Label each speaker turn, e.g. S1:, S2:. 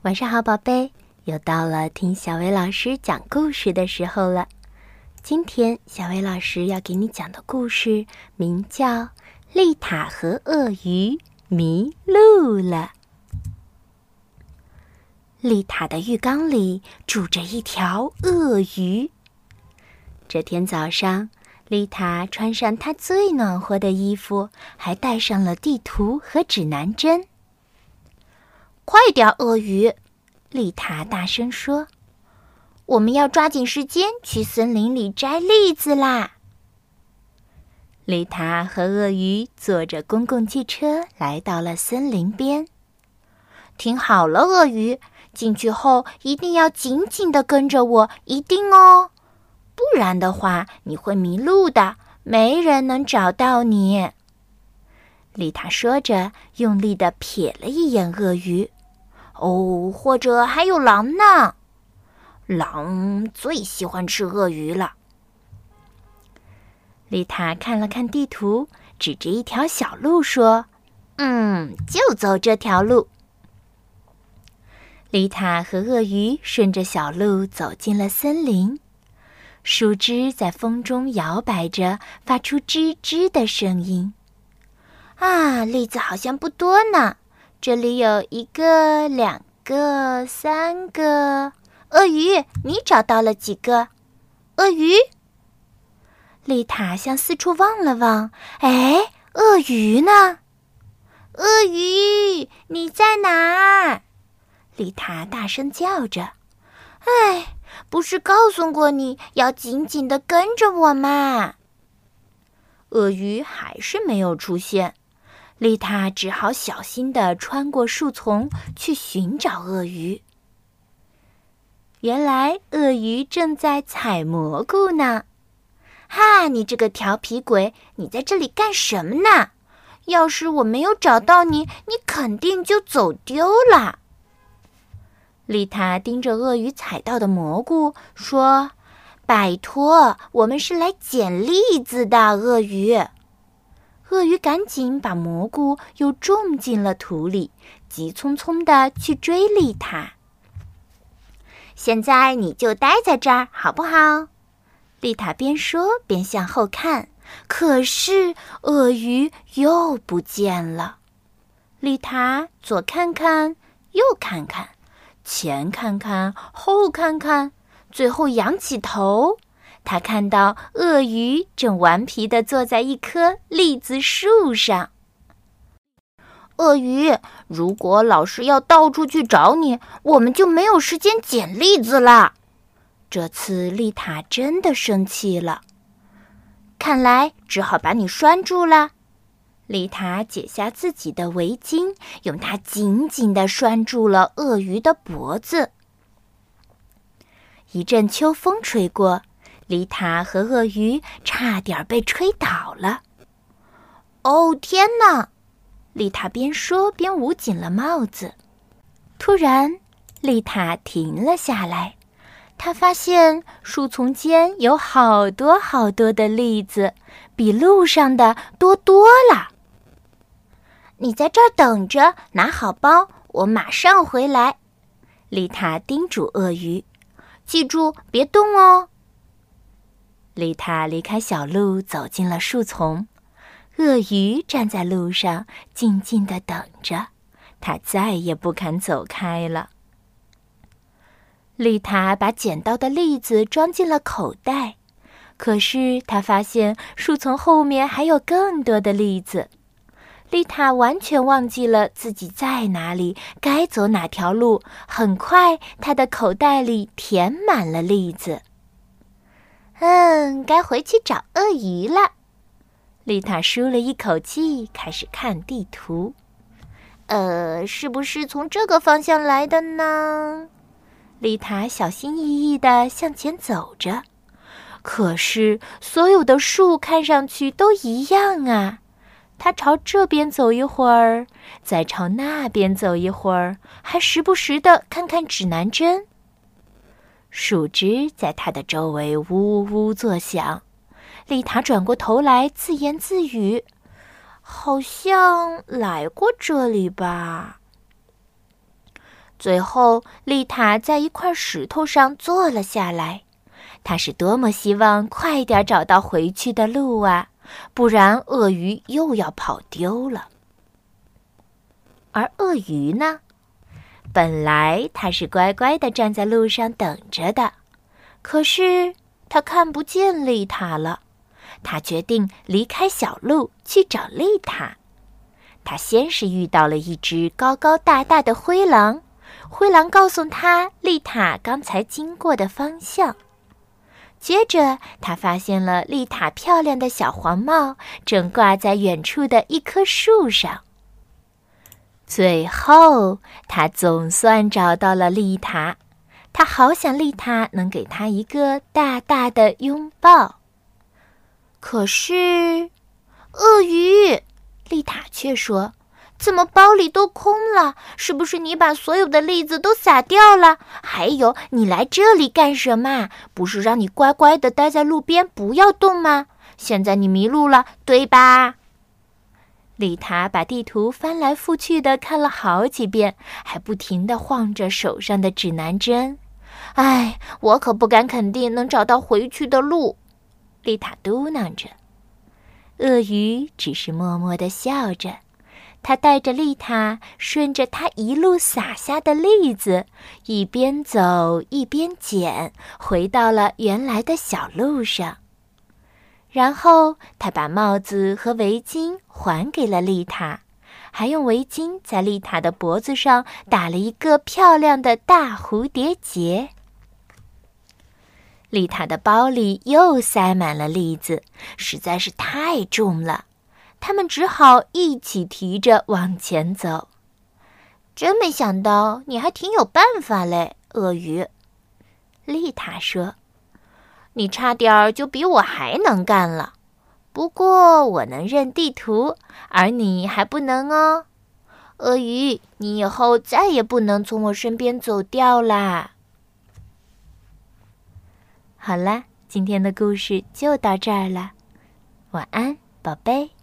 S1: 晚上好，宝贝，又到了听小薇老师讲故事的时候了。今天小薇老师要给你讲的故事名叫《丽塔和鳄鱼迷路了》。丽塔的浴缸里住着一条鳄鱼。这天早上，丽塔穿上她最暖和的衣服，还带上了地图和指南针。快点，鳄鱼！丽塔大声说：“我们要抓紧时间去森林里摘栗子啦！”丽塔和鳄鱼坐着公共汽车来到了森林边。听好了，鳄鱼，进去后一定要紧紧地跟着我，一定哦！不然的话，你会迷路的，没人能找到你。丽塔说着，用力地瞥了一眼鳄鱼。哦，或者还有狼呢。狼最喜欢吃鳄鱼了。丽塔看了看地图，指着一条小路说：“就走这条路。”丽塔和鳄鱼顺着小路走进了森林，树枝在风中摇摆着，发出吱吱的声音。啊，栗子好像不多呢。这里有1个、2个、3个。鳄鱼，你找到了几个？鳄鱼？丽塔向四处望了望，哎，鳄鱼呢？鳄鱼，你在哪儿？丽塔大声叫着。哎，不是告诉过你要紧紧地跟着我吗？鳄鱼还是没有出现。丽塔只好小心地穿过树丛去寻找鳄鱼。原来鳄鱼正在采蘑菇呢。哈，你这个调皮鬼，你在这里干什么呢？要是我没有找到你，你肯定就走丢了。丽塔盯着鳄鱼采到的蘑菇说：“拜托，我们是来捡栗子的，鳄鱼。”鳄鱼赶紧把蘑菇又种进了土里，急匆匆地去追丽塔。现在你就待在这儿，好不好？丽塔边说边向后看，可是鳄鱼又不见了。丽塔左看看，右看看，前看看，后看看，最后仰起头。他看到鳄鱼正顽皮地坐在一棵栗子树上。鳄鱼，如果老师要到处去找你，我们就没有时间捡栗子了。这次丽塔真的生气了，看来只好把你拴住了。丽塔解下自己的围巾，用它紧紧地拴住了鳄鱼的脖子。一阵秋风吹过，丽塔和鳄鱼差点被吹倒了。哦，天哪！丽塔边说边捂紧了帽子。突然，丽塔停了下来。她发现树丛间有好多好多的栗子，比路上的多多了。你在这儿等着，拿好包，我马上回来。丽塔叮嘱鳄鱼，记住别动哦。丽塔离开小路，走进了树丛。鳄鱼站在路上，静静地等着，它再也不肯走开了。丽塔把捡到的栗子装进了口袋，可是她发现树丛后面还有更多的栗子。丽塔完全忘记了自己在哪里，该走哪条路。很快，她的口袋里填满了栗子。该回去找鳄鱼了。丽塔舒了一口气，开始看地图。是不是从这个方向来的呢？丽塔小心翼翼地向前走着，可是所有的树看上去都一样啊。她朝这边走一会儿，再朝那边走一会儿，还时不时地看看指南针。树枝在她的周围呜呜呜作响。丽塔转过头来自言自语：“好像来过这里吧。” 最后，丽塔在一块石头上坐了下来。她是多么希望快点找到回去的路啊，不然鳄鱼又要跑丢了。而鳄鱼呢？本来它是乖乖地站在路上等着的，可是它看不见丽塔了。它决定离开小路去找丽塔。它先是遇到了一只高高大大的灰狼，灰狼告诉他丽塔刚才经过的方向。接着，他发现了丽塔漂亮的小黄帽正挂在远处的一棵树上。最后，他总算找到了丽塔。他好想丽塔能给他一个大大的拥抱。可是，鳄鱼，丽塔却说，怎么包里都空了？是不是你把所有的栗子都撒掉了？还有，你来这里干什么？不是让你乖乖地待在路边不要动吗？现在你迷路了，对吧？丽塔把地图翻来覆去地看了好几遍，还不停地晃着手上的指南针。哎，我可不敢肯定能找到回去的路，丽塔嘟囔着。鳄鱼只是默默地笑着，他带着丽塔顺着他一路撒下的栗子，一边走一边捡，回到了原来的小路上。然后他把帽子和围巾还给了丽塔，还用围巾在丽塔的脖子上打了一个漂亮的大蝴蝶结。丽塔的包里又塞满了栗子，实在是太重了，他们只好一起提着往前走。真没想到你还挺有办法嘞，鳄鱼，丽塔说。你差点儿就比我还能干了，不过我能认地图，而你还不能哦。鳄鱼，你以后再也不能从我身边走掉啦。好了，今天的故事就到这儿了，晚安，宝贝。